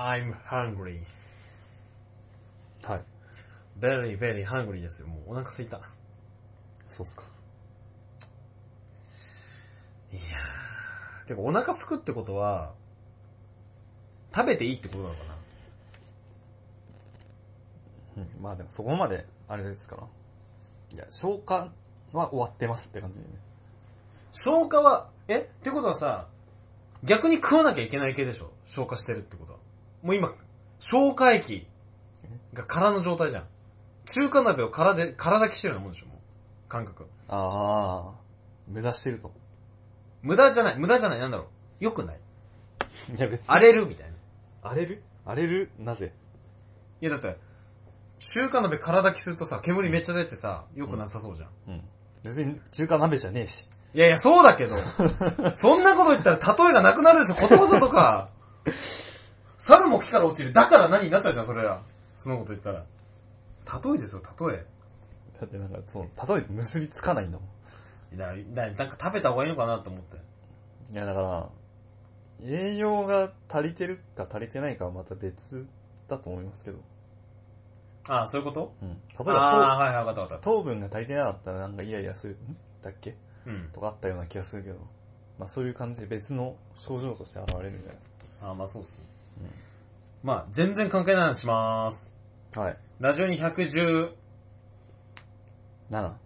I'm hungry. はい。 very very hungry ですよ。もうお腹空いた。 そうっすか。 いやー。てかお腹すくってことは、食べていいってことなのかな。 うん。まあでもそこまで、あれですから。いや、消化は終わってますって感じでね。 消化は、ってことはさ、逆に食わなきゃいけない系でしょ。消化してるってことは。もう今、消化液が空の状態じゃん。中華鍋を空炊きしてるようなもんでしょ、もう。感覚。 ああ、無駄してると。 無駄じゃない、なんだろう。良くない。 いや別に。 荒れるみたいな。 荒れるなぜ？ いやだって、中華鍋空炊きするとさ、煙めっちゃ出てさ、良くなさそうじゃん。 うん。別に中華鍋じゃねえし。 いやいや、そうだけど、そんなこと言ったら例えがなくなるんですよ、ことわざとか。猿も木から落ちる。だから何になっちゃうじゃん、それら。そのこと言ったら。例えですよ、例え。 だってなんか、例えて結びつかないんだもん。 なんか食べた方がいいのかなと思って。 いやだから、栄養が足りてるか足りてないかはまた別だと思いますけど。 ああ、そういうこと？ うん。例えあばあ、はいはい、わかったわかった。 糖分が足りてなかったらなんかイライラする、だっけうん。 とかあったような気がするけど。まあそういう感じで別の症状として現れるんじゃないですああ、まあそうっすね。まあ、全然関係ない話しまーす。 か。はい。 ラジオに117。 7。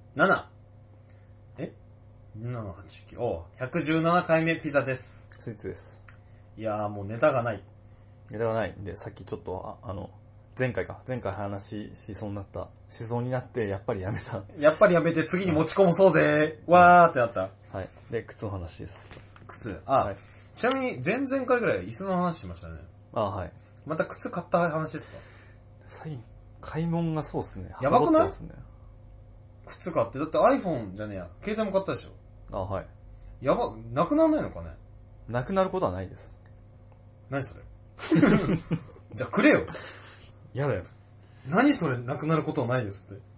7、8、9。おう、117回目ピザです。 スイーツです。 いやーもうネタがない。 ネタがないんで、さっきちょっと、前回話しそうになって、やっぱりやめた。 やっぱりやめて次に持ち込もそうぜー。わーってなった。 はい。で、靴の話です。 靴。 はい。 ちなみに前々回ぐらい椅子の話しましたね。 はい。 また靴買った話ですか？ 最近、買い物がそうっすね。 やばくない？ はかどってますね。 靴買って、だって iPhone じゃねえや。携帯も買ったでしょ？ はい。 なくなんないのかね？ なくなることはないです。 何それじゃあくれよ。 嫌だよ。 何それ、なくなることはないですって。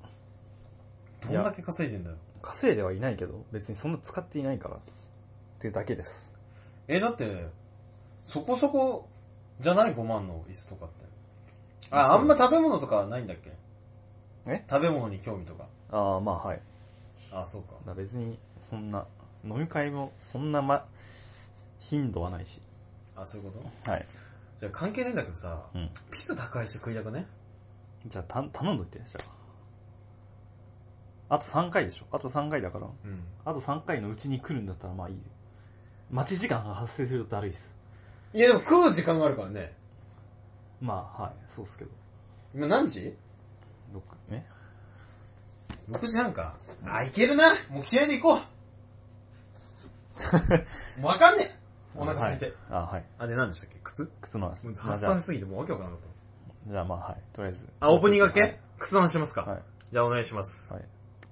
どんだけ稼いでんだよ。 稼いではいないけど、別にそんな使っていないから。っていうだけです。 だって、そこそこじゃない5万の椅子とかって。あんま食べ物とかはないんだっけ？食べ物に興味とか。 まあはい。 そうか。 だ別に、そんな、飲み会もそんな頻度はないし。 そういうこと？ はい。 じゃあ関係ねえんだけどさ、 うん。 ピザ高いして食いたくね？ じゃあ頼んどいて、じゃあ。あと3回でしょ？あと3回だから。 うん。 あと3回のうちに来るんだったらまあいいよ。待ち時間が発生するとだるいっす。 いやでも食う時間があるからね。 まあはい、そうっすけど。 今何時？ 6 時半か。いけるな。もう気合で行こう。もうわかんねえ。お腹空いて。 はい。 で何でしたっけ？靴の話。 発散しすぎてもうわけわかんなかっじゃあまあはい。とりあえず。 た。オープニングだけ？靴の話しますか？ はい。 じゃあお願いします。 はい。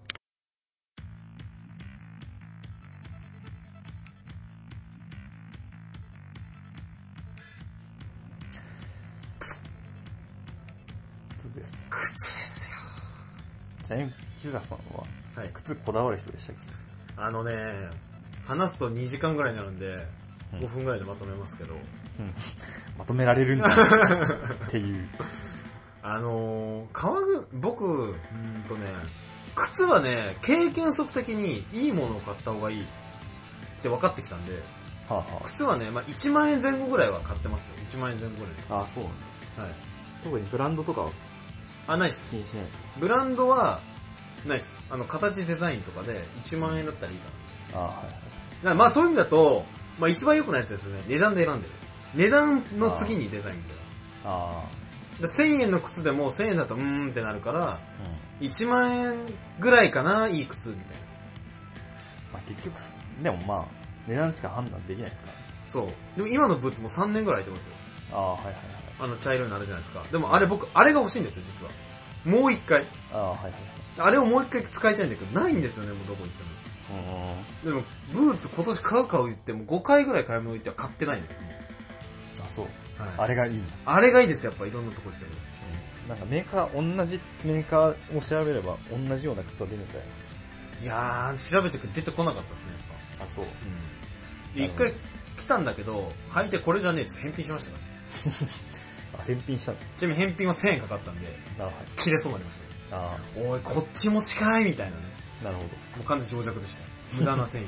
靴です。 靴ですよ。 ちなみに、ヒザさんは、靴こだわる人でしたっけ？ 話すと2時間ぐらいになるんで、5分ぐらいでまとめますけど。 まとめられるんだっていう。 僕、靴はね、経験則的にいいものを買った方がいいって分かってきたんで、靴はね、1万円前後ぐらいは買ってますよ。1万円前後ぐらいです。 そうなんだ。はい。特にブランドとかはないっす。 気にしない。 ブランドは、ないっす。形デザインとかで1万円だったらいいかな。だからそういう意味だと、一番良くないやつですよね。値段で選んでる。値段の次にデザインみたいな。1000円の靴でも1000円だとってなるから、1万円ぐらいかな、いい靴みたいな。結局、でも値段しか判断できないですからね。 そう。でも今のブーツも3年ぐらい履いてますよ。 はい。 茶色になるじゃないですか。でも僕、あれが欲しいんですよ、実は。もう一回。あれをもう一回使いたいんだけど、ないんですよね、もうどこ行っても。でも、ブーツ今年買う言っても5回ぐらい買い物行っては買ってないんだよ。 そう。 はい、 あれがいい。 あれがいいです、やっぱいろんなとこ行っても。 なんか同じメーカーを調べれば同じような靴は出るんだよ。 いやー、調べて出てこなかったですね、やっぱ。 そう。 一回来たんだけど、履いてこれじゃねえって返品しましたからね。 あ、返品したの？ ちなみに返品は1000円かかったんで、 はい、 切れそうになりました。おい、こっちも近いみたいなね。 なるほど。もう完全情弱でした。無駄な1000円。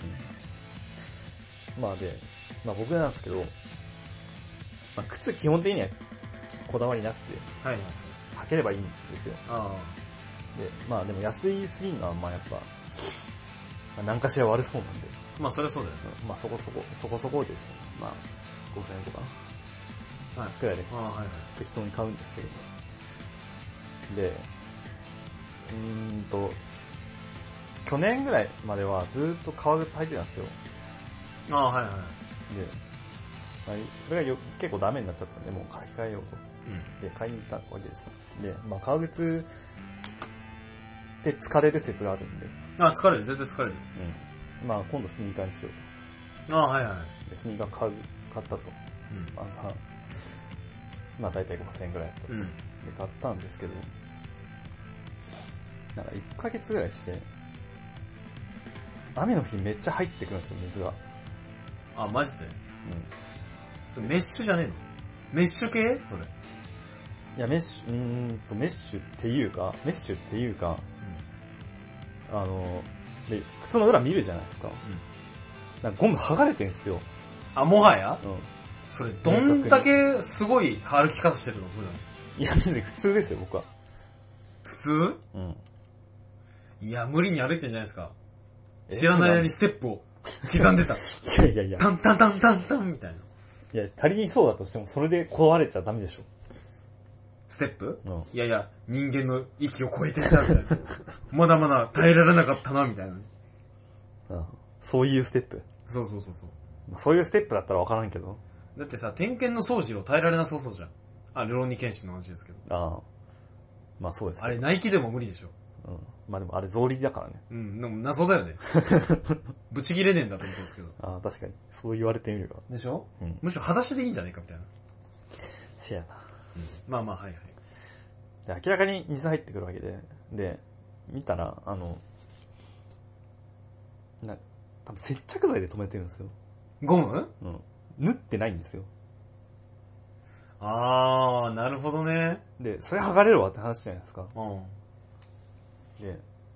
まあで、まあ僕なんですけど、まあ靴基本的にはこだわりなくて、 はいはい。 履ければいいんですよ。 あで、まあでも安いすぎるのはまあやっぱ、まあ何かしら悪そうなんで。 まあそれはそうだよね。 まあそこそこですよ。まあ、5000円とかな。 はい。 くらいで、 はいはい。 適当に買うんですけど。で、去年ぐらいまではずーっと革靴履いてたんですよ。 はいはい。 で、まあ、それが結構ダメになっちゃったんで、もう書き換えようと。で、買いに行ったわけです。で、まあ革靴って疲れる説があるんで。 疲れる、絶対疲れる。 まあ今度スニーカーにしようと。 はいはい。 で、スニーカー買ったと。まあ大体5000円くらいやった。で、買ったんですけど、なんか1ヶ月ぐらいして、雨の日めっちゃ入ってくるんですよ、水が。 マジで？それメッシュじゃねえの？メッシュ系それ。 いや、メッシュっていうか、で、靴の裏見るじゃないですか。なんかゴム剥がれてんすよ。 もはや？それ、どんだけすごい歩き方してるの普段。 いや、別に普通ですよ、僕は。 普通？いや、無理に歩いてんじゃないですか。知らない間にステップを刻んでた。 いや。 タンタンタンタンタンみたいな。 いや、仮にそうだとしても、それで壊れちゃダメでしょ。 ステップ？いやいや、人間の域を超えてきたみたいな。まだまだ耐えられなかったな、みたいな。 そういうステップ？ そう。 そういうステップだったらわからんけど。 だってさ、点検の掃除を耐えられなさそうじゃん。ルローニケンシンの話ですけど。 まあそうです、ね。 あれ、ナイキでも無理でしょ。 まあでもあれ草履だからね。 でも謎だよね。ブチ切れねえんだと思ったんですけど。 確かに。そう言われてみれば。 でしょ？むしろ裸足でいいんじゃねえかみたいな。 せやな。 まあはいはい。 で、明らかに水入ってくるわけで、で、見たら、多分接着剤で止めてるんですよ。 ゴム？ 縫ってないんですよ。 なるほどね。 で、それ剥がれるわって話じゃないですか。で、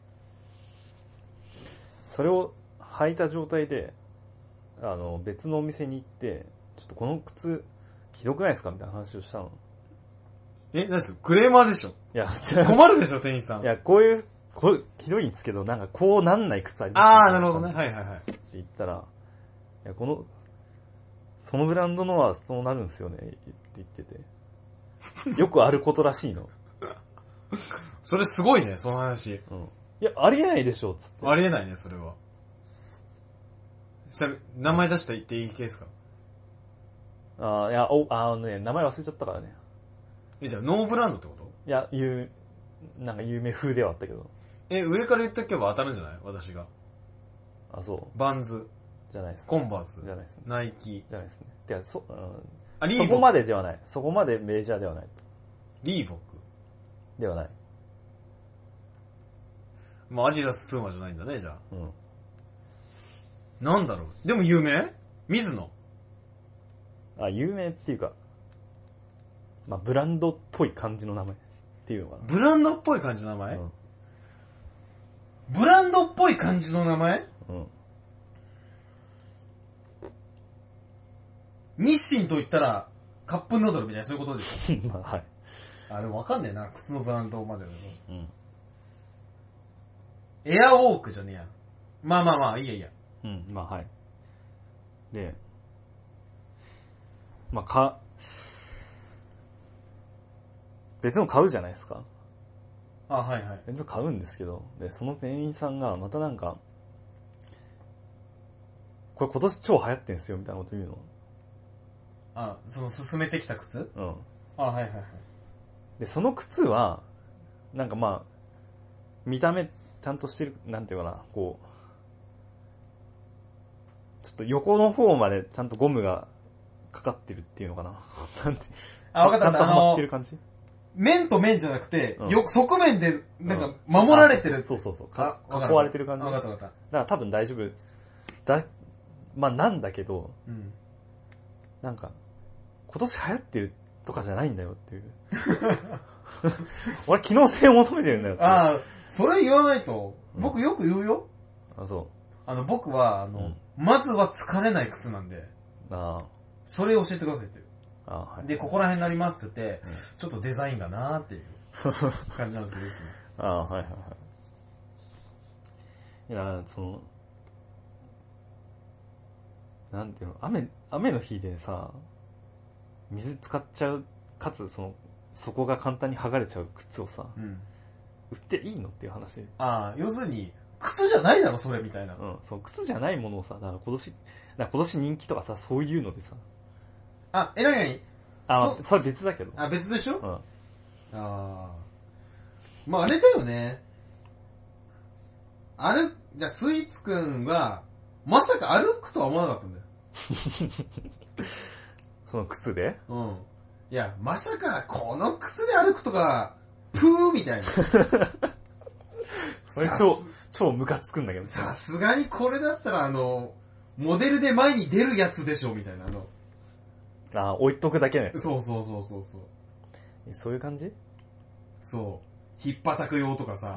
それを履いた状態で、別のお店に行って、ちょっとこの靴、ひどくないですかみたいな話をしたの。 何ですクレーマーでしょ？ いや、 困るでしょ、店員さん。 いや、これひどいんですけど、なんかこうなんない靴ありますなるほどね。はい。 って言ったら、いや、そのブランドのはそうなるんですよね、って言ってて。よくあることらしいの。 それすごいね、その話。 いや、ありえないでしょ、つって。 ありえないね、それは。名前出して言っていいケースか？ いや、名前忘れちゃったからね。 じゃあ、ノーブランドってこと？ いや、なんか有名風ではあったけど。 上から言っておけば当たるんじゃない？私が。 そう。 バンズ。 じゃないです。 コンバース。 じゃないですね。 ナイキ。 じゃないですね。てか、 リーボック。そこまでではない。そこまでメジャーではない。 リーボックではない。 アディダスプーマじゃないんだね、じゃあ。なんだろう。でも有名？水野。 有名っていうか、まあ、ブランドっぽい感じの名前っていうのかな。 ブランドっぽい感じの名前？ブランドっぽい感じの名前？日清と言ったら、カップヌードルみたいなそういうことでしょ？ まあ、はい。 でもわかんねえな、靴のブランドまでだと。エアウォークじゃねえや。まあ、いいや。 まあ、はい。で、別の買うじゃないですか。 はい。 別の買うんですけど、で、その店員さんがまたなんか、これ今年超流行ってんすよ、みたいなこと言うの。 その勧めてきた靴？はい。 で、その靴は、なんかまあ、見た目ちゃんとしてる、なんていうかな、こう、ちょっと横の方までちゃんとゴムがかかってるっていうのかな。なんて。 わかった。 ちゃんとはまってる感じ？ 面と面じゃなくて、側面で、なんか、守られてる。 そう。囲われてる感じ。 わかった。 だから多分大丈夫。まあなんだけど、なんか、今年流行ってるっとかじゃないんだよっていう。俺機能性を求めてるんだよって。 ああ、それ言わないと、僕よく言うよ。 あ、そう。 僕は、まずは疲れない靴なんで、それを教えてくださいっていう。はい、で、ここら辺になりますって言って、ちょっとデザインだなーっていう感じなんですけどですね。 はいはいはい。いや、なんていうの、雨の日でさ、水使っちゃう、かつ底が簡単に剥がれちゃう靴をさ、売っていいのっていう話。 要するに、靴じゃないだろ、それみたいな。 靴じゃないものをさ、だから今年人気とかさ、そういうのでさ。 何それ別だけど。 別でしょ？まああれだよね。じゃあスイーツくんは、まさか歩くとは思わなかったんだよ。 その靴で？ いや、まさかこの靴で歩くとか、プーみたいな。 それ超ムカつくんだけど。 さすがにこれだったらモデルで前に出るやつでしょ、みたいな置いとくだけね。 そう。 そういう感じ？ そう。ひっぱたく用とかさ、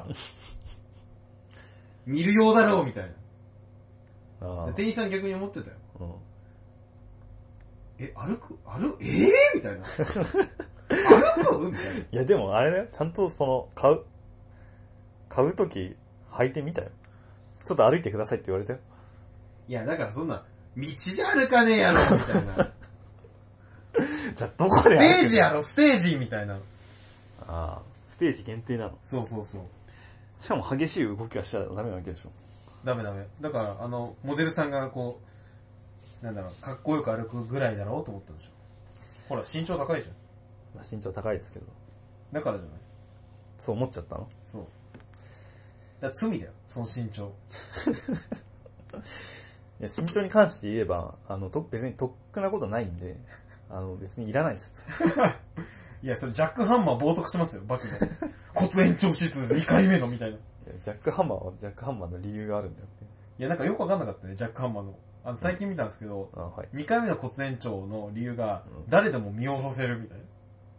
見る用だろうみたいな。店員さん逆に思ってたよ。歩くみたいな。歩くみたいな。 いやでもあれだよ、ちゃんと買うとき履いてみたよ。ちょっと歩いてくださいって言われたよ。 いやだからそんな、道じゃ歩かねえやろみたいな。 じゃあどこでステージやろ、ステージみたいな。 ステージ限定なの。 そう。 しかも激しい動きはしちゃダメなわけでしょ。 ダメ。だからモデルさんがこう、なんだろう、かっこよく歩くぐらいだろうと思ったんでしょ。ほら、身長高いじゃん。 身長高いですけど。 だからじゃない？ そう思っちゃったの？ そう。だから罪だよ、その身長。 いや、身長に関して言えば、別にとっくなことないんで、別にいらないです。 いや、それジャックハンマー冒涜してますよ、バキの。骨延長指数2回目のみたいな。 ジャックハンマーはジャックハンマーの理由があるんだよって。 いや、なんかよくわかんなかったね、ジャックハンマーの。最近見たんですけど、2回目の骨延長の理由が、誰でも見下ろせるみたい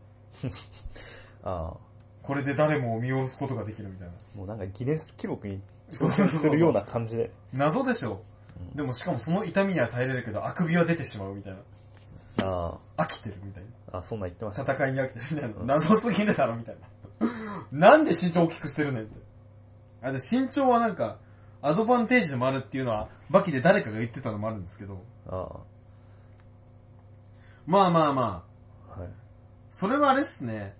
な。これで誰も見下ろすことができるみたいな。 もうなんかギネス記録に挑戦するような感じで。 謎でしょ。でもしかもその痛みには耐えれるけど、あくびは出てしまうみたいな。飽きてるみたいな。 そんなん言ってました。 戦いに飽きてるみたいな。謎すぎるだろみたいな。なんで身長大きくしてるねんって。で身長はなんか、アドバンテージでもあるっていうのは、バキで誰かが言ってたのもあるんですけど。まあ。はい。それはあれっすね。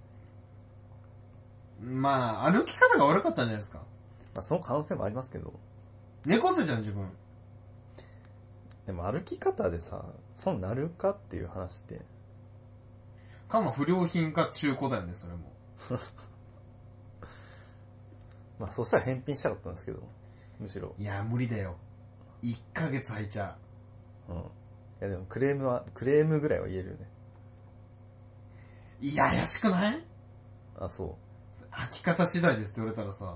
まあ、歩き方が悪かったんじゃないですか。 その可能性もありますけど。 猫背じゃん、自分。 でも歩き方でさ、そうなるかっていう話って。 不良品か中古だよね、それも。 そしたら返品したかったんですけど、むしろ。 いや、無理だよ。1ヶ月履いちゃう。いやでもクレームぐらいは言えるよね。 いや、怪しくない？ そう。 履き方次第ですって言われたらさ。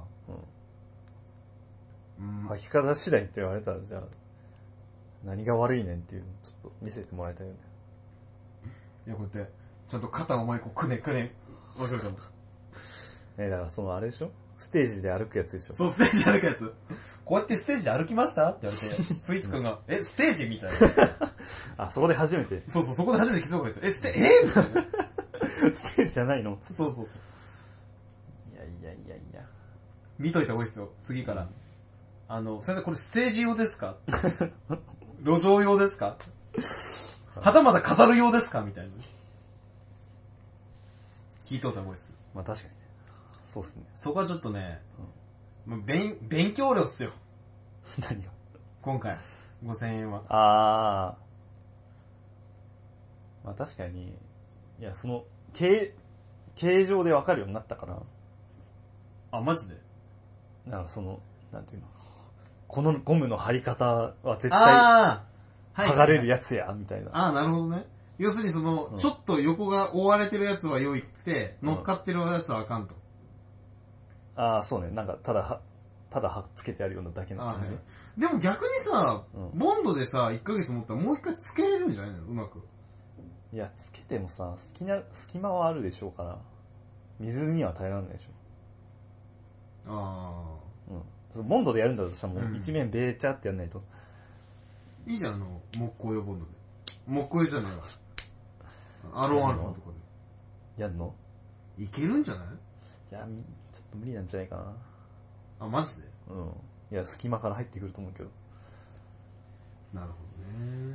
履き方次第って言われたら、じゃあ、何が悪いねんっていうのをちょっと見せてもらいたいよね。 いや、こうやって、ちゃんと肩を前こうくね、わかるかも。 だからあれでしょ？ステージで歩くやつでしょ？ そう、ステージで歩くやつ。こうやってステージで歩きましたって言われて、スイーツくんが、ステージみたいな。そこで初めて。 そう、そこで初めて気づくわけですよ。みたいな。 ステージじゃないの？ そう。いや。見といた方がいいですよ、次から。先生これステージ用ですか？路上用ですか？はたまた飾る用ですか？みたいな。聞いといた方がいいですよ。 確かにね。そうっすね。 そこはちょっとね、勉強料っすよ。 何が？ 今回、5000円は。 確かに、いや、形状でわかるようになったから。 マジで？ なんていうの、このゴムの貼り方は絶対剥がれるやつや、みたいな。 なるほどね。要するにちょっと横が覆われてるやつは良いって、乗っかってるやつはあかんと。 そうね。なんか、ただ貼っつけてあるようなだけの感じ。 でも逆にさ、ボンドでさ、1ヶ月持ったらもう1回つけれるんじゃないの？うまく。 いや、つけてもさ、隙間はあるでしょうから、水には耐えられないでしょ。 あうん。ボンドでやるんだとしたらもう一面ベーチャってやんないと。 いいじゃん、木工用ボンドで。木工用じゃねえわ。アロンアルファとかで。やんの？ いけるんじゃない？ いや、ちょっと無理なんじゃないかな。 あ、マジで？ うん。いや、隙間から入ってくると思うけど。 なるほどね。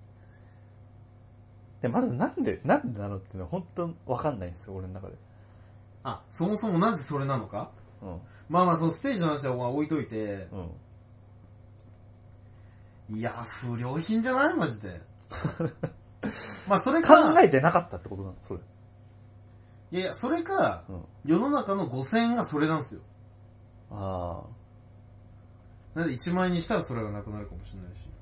で、まずなんでなのっていうのは本当わかんないんですよ、俺の中で。 あ、そもそもなぜそれなのか？ うん。 まあまあ、そのステージの話は置いといて、 うん。 いや、不良品じゃないマジで。まあ、それか。 考えてなかったってことなのそれ。 いや、それか、 うん、 世の中の5000円がそれなんですよ。 ああ。なんで1万円にしたらそれがなくなるかもしれないし。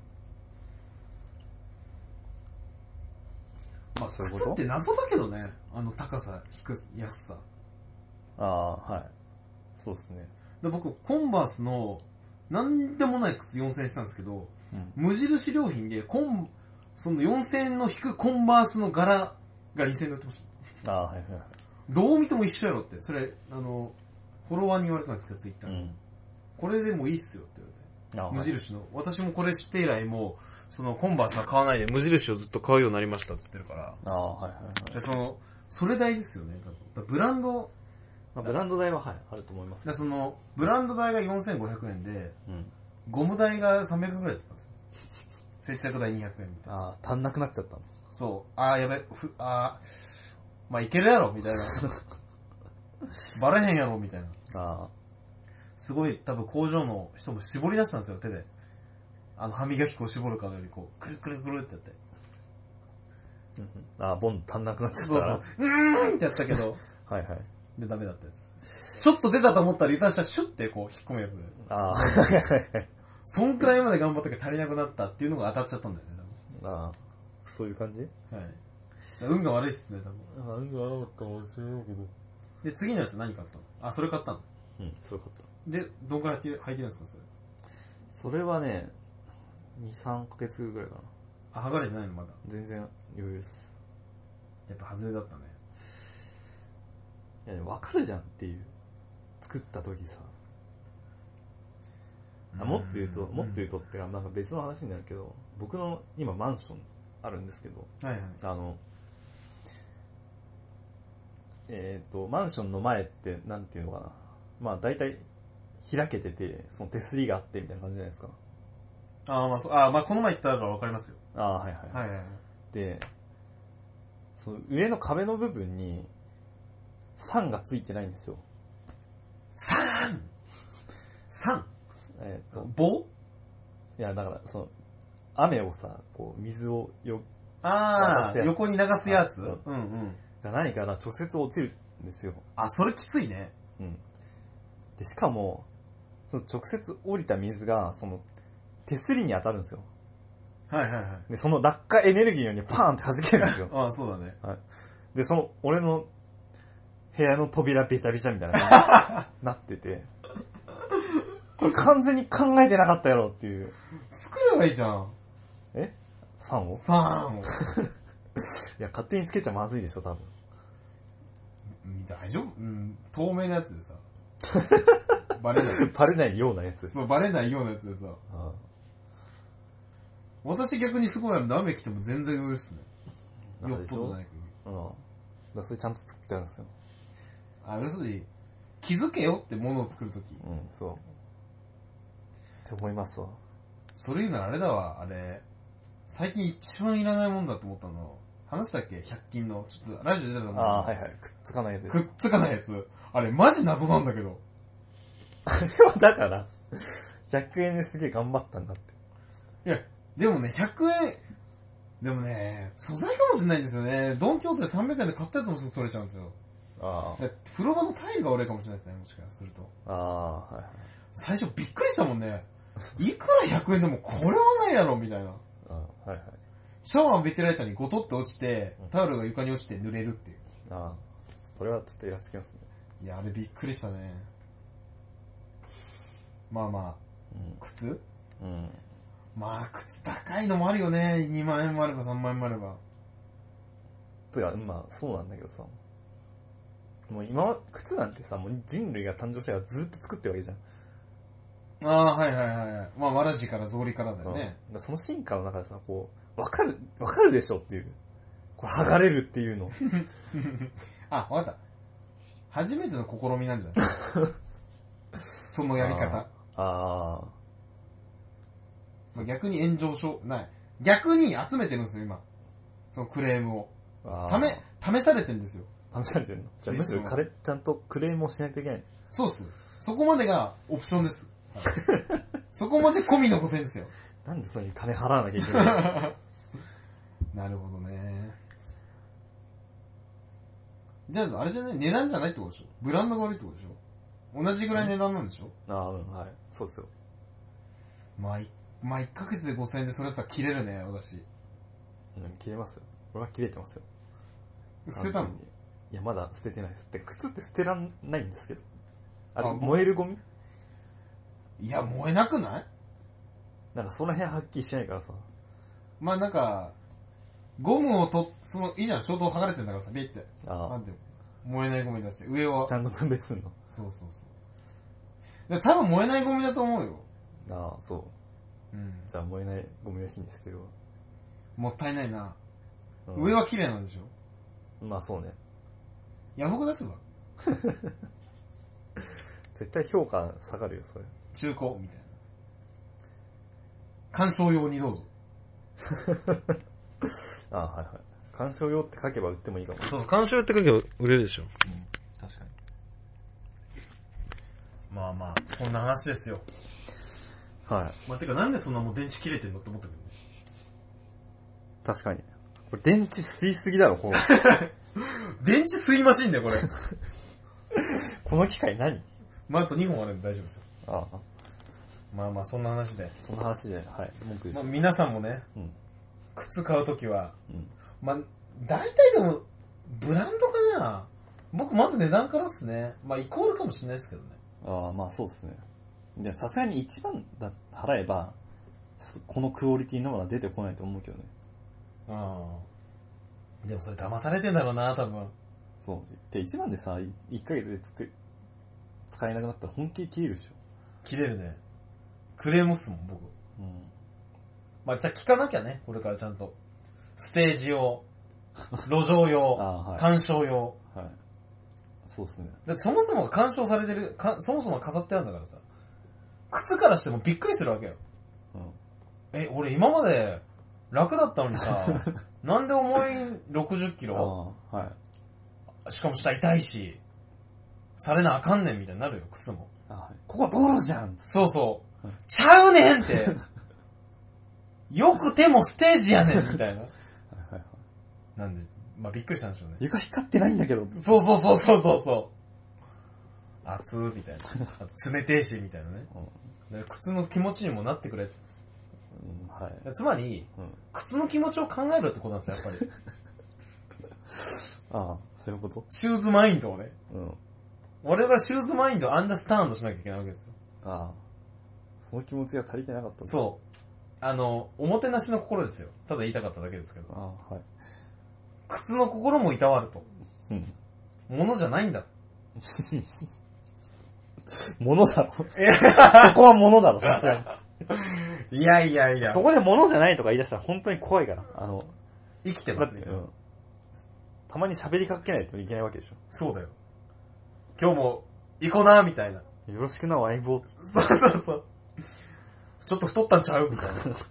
まあ、 そういうこと靴って謎だけどね。あの高さ、安さ。 ああ、はい。そうですね。 で僕、コンバースの、なんでもない靴4000円したんですけど、 うん、 無印良品で、その4000円の引くコンバースの柄が2000円で売ってました。 ああ、はいはいはい。 どう見ても一緒やろって。それ、フォロワーに言われたんですけど、ツイッターに。 うん、 これでもいいっすよって言われて。無印の。 はい、 私もこれ知って以来もう、そのコンバースは買わないで無印をずっと買うようになりましたって言ってるから。 ああ、はいはいはい。 それ代ですよね。ブランド、 まあ、ブランド代ははい、あると思います。 ブランド代が4500円で、 うん、 ゴム代が300円くらいだったんですよ。接着代200円みたいな。 ああ、足んなくなっちゃったの。 そう。ああ、やべ、まあいけるやろ、みたいな。バレへんやろ、みたいな。 ああ。 すごい多分工場の人も絞り出したんですよ、手で。歯磨き粉を絞るかのようにこう、くるくるくるってやって。 ああ、ボン足んなくなっちゃったそうそう。ってやったけど。 はいはい。 で、ダメだったやつ。ちょっと出たと思ったら、油断したらシュッてこう、引っ込むやつで。 ああ。 そんくらいまで頑張ったけど足りなくなったっていうのが当たっちゃったんだよね、多分。 ああ。そういう感じ？はい。 運が悪いっすね、多分。運が悪かったかもしれないけど。 で、次のやつ何買ったの？あ、それ買ったの？ うん、それ買った。 で、どんくらい履いてるんですか、それ。 それはね、2、3ヶ月ぐらいかな。あ、剥がれてないのまだ。 全然余裕です。 やっぱ外れだったね。 いや、わかるじゃんっていう。作った時さ。もっと言うとってか、なんか別の話になるけど、僕の今マンションあるんですけど、 はいはい。 マンションの前って、なんていうのかな。まあ大体開けてて、その手すりがあってみたいな感じじゃないですか。 まあこの前言ったからわかりますよ。 ああ、はいはい。はいはいはい。で、その上の壁の部分に、酸がついてないんですよ。 酸棒？いや、だから、雨をさ、こう、水を横に流すやつ？うんうん。 がないから直接落ちるんですよ。 あ、それきついね。 うん。で、しかも、その直接降りた水が、手すりに当たるんですよ。 はいはいはい。 で、その落下エネルギーのようにパーンって弾けるんですよ。 ああ、そうだね。 はい。で、俺の部屋の扉べちゃべちゃみたいな感じになってて、これ完全に考えてなかったやろっていう。 作ればいいじゃん。 酸を酸を。 いや、勝手につけちゃまずいでしょ、多分。 大丈夫？うん。透明なやつでさ。バレないようなやつ。 そう、バレないようなやつでさ。ああ、私逆にすごい雨来ても全然上ですね。よっぽどじゃないけど。 うん。だからそれちゃんと作ってあるんですよ。 あ、要するに、気づけよってものを作るとき。 うん、そう。って思いますわ。 それ言うならあれだわ、あれ。最近一番いらないもんだと思ったの。話したっけ ?100 均の。ちょっとラジオ出たと思う。 ああ、はいはい。くっつかないやつ。 くっつかないやつ。あれ、マジ謎なんだけど。 あれはだから、100円ですげえ頑張ったんだって。 いや、でもね、100円、でもね、素材かもしれないんですよね。ドンキホーテで300円で買ったやつもすぐ取れちゃうんですよ。ああ。風呂場のタイルが悪いかもしれないですね、もしかすると。ああ、はいはい。最初びっくりしたもんね。いくら100円でもこれはないやろ、みたいな。ああ、はいはい。シャワー浴びてる間にゴトって落ちて、タオルが床に落ちて濡れるっていう。ああ。それはちょっとイラつきますね。いや、あれびっくりしたね。まあまあ、うん、靴？うん。まあ、靴高いのもあるよね。2万円もあれば3万円もあれば。 つが、まあそうなんだけどさ。もう今は、靴なんてさ、もう人類が誕生してからずっと作ってるわけじゃん。 ああ、はいはいはい。まあ、わらじから草履からだよね。 だその進化の中でさ、こう、わかるでしょっていう。これ剥がれるっていうの。 あ、わかった。初めての試みなんじゃないそのやり方。逆に炎上症、ない。逆に集めてるんですよ、今。そのクレームを。試されてるんですよ。 試されてるの？じゃあむしろちゃんとクレームをしないといけない。 そうっす。そこまでがオプションです。そこまで込みの補正ですよ。 なんでそれに金払わなきゃいけないなるほどね。じゃあ、あれじゃない値段じゃないってことでしょブランドが悪いってことでしょ同じぐらい値段なんでしょはい。そうですよ。 まあ1ヶ月で5000円でそれだったら切れるね、私。 切れますよ。俺は切れてますよ。 捨てたの？ いや、まだ捨ててないです。靴って捨てらんないんですけど。あれ、燃えるゴミ？ いや、燃えなくない？ なんかその辺はっきりしないからさ。 まあなんか、ゴムをいいじゃん、ちょうど剥がれてんだからさ、ビッて。なんて燃えないゴミ出して、上は。 ちゃんと分別すんの？ そう。多分燃えないゴミだと思うよ。 そう。うん。じゃあ燃えないゴミの日に捨てるわ。 もったいないな。上は綺麗なんでしょ？ まあそうね。 ヤフオク出せば絶対評価下がるよ、それ。 中古みたいな。鑑賞用にどうぞ。 はい。鑑賞用って書けば売ってもいいかも。 そう、鑑賞用って書けば売れるでしょ。確かに。まあ、そんな話ですよ。 はい。 てかなんでそんなもう電池切れてんのって思ったけどね。 確かに。これ電池吸いすぎだろ、この。 電池吸いマシンだよ、これ。 この機械何？ あと2本あるんで大丈夫ですよ。まあ、そんな話で。 そんな話で、はい。文句です。 皆さんもね、靴買うときは、大体でも、ブランドかな？僕まず値段からっすね。イコールかもしれないですけどね。 まあそうですね。で、さすがに1万払えば、このクオリティのものは出てこないと思うけどね。 でもそれ騙されてんだろうな、多分。 そう。で、1万でさ、1ヶ月で使えなくなったら本気で切れるでしょ。 切れるね。クレームっすもん、僕。じゃあ聞かなきゃね、これからちゃんと。ステージ用、路上用、鑑賞用。 はい。そうっすね。 だってそもそもが鑑賞されてる、そもそも飾ってあるんだからさ。靴からしてもびっくりするわけよ。俺今まで楽だったのにさ、なんで重い60キロ？しかも下痛いし、されなあかんねんみたいになるよ、靴も。 ここ道路じゃん！ そう。ちゃうねんって。よくてもステージやねんみたいな。なんで、びっくりしたんでしょうね。 床光ってないんだけど。 そう。熱みたいな。冷てえしみたいなね。靴の気持ちにもなってくれ。つまり、靴の気持ちを考えろってことなんですよ、やっぱり。そういうこと？ シューズマインドをね。我々はシューズマインドをアンダースタンドしなきゃいけないわけですよ。 その気持ちが足りてなかった。 そう。おもてなしの心ですよ。ただ言いたかっただけですけど。靴の心もいたわると。ものじゃないんだ。 ものだろ。そこはものだろ、さすがに。 いや。 そこでものじゃないとか言い出したら本当に怖いから。 生きてますね。 たまに喋りかけないといけないわけでしょ。 そうだよ。今日も行こうな、みたいな。 よろしくな、相棒。 そう。ちょっと太ったんちゃうみたい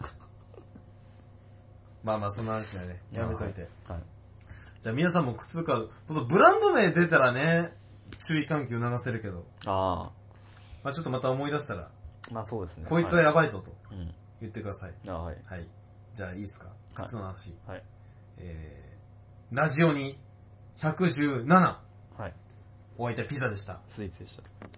な。まあ、そんな話はね、やめといて。じゃあ皆さんも靴買う。ブランド名出たらね、注意喚起を促せるけど。ちょっとまた思い出したら。 そうですね。 こいつはやばいぞと。言ってください。 はい。 じゃあいいですか？靴の話。 はい。 ラジオに117。お相手ピザでした。 スイーツでした。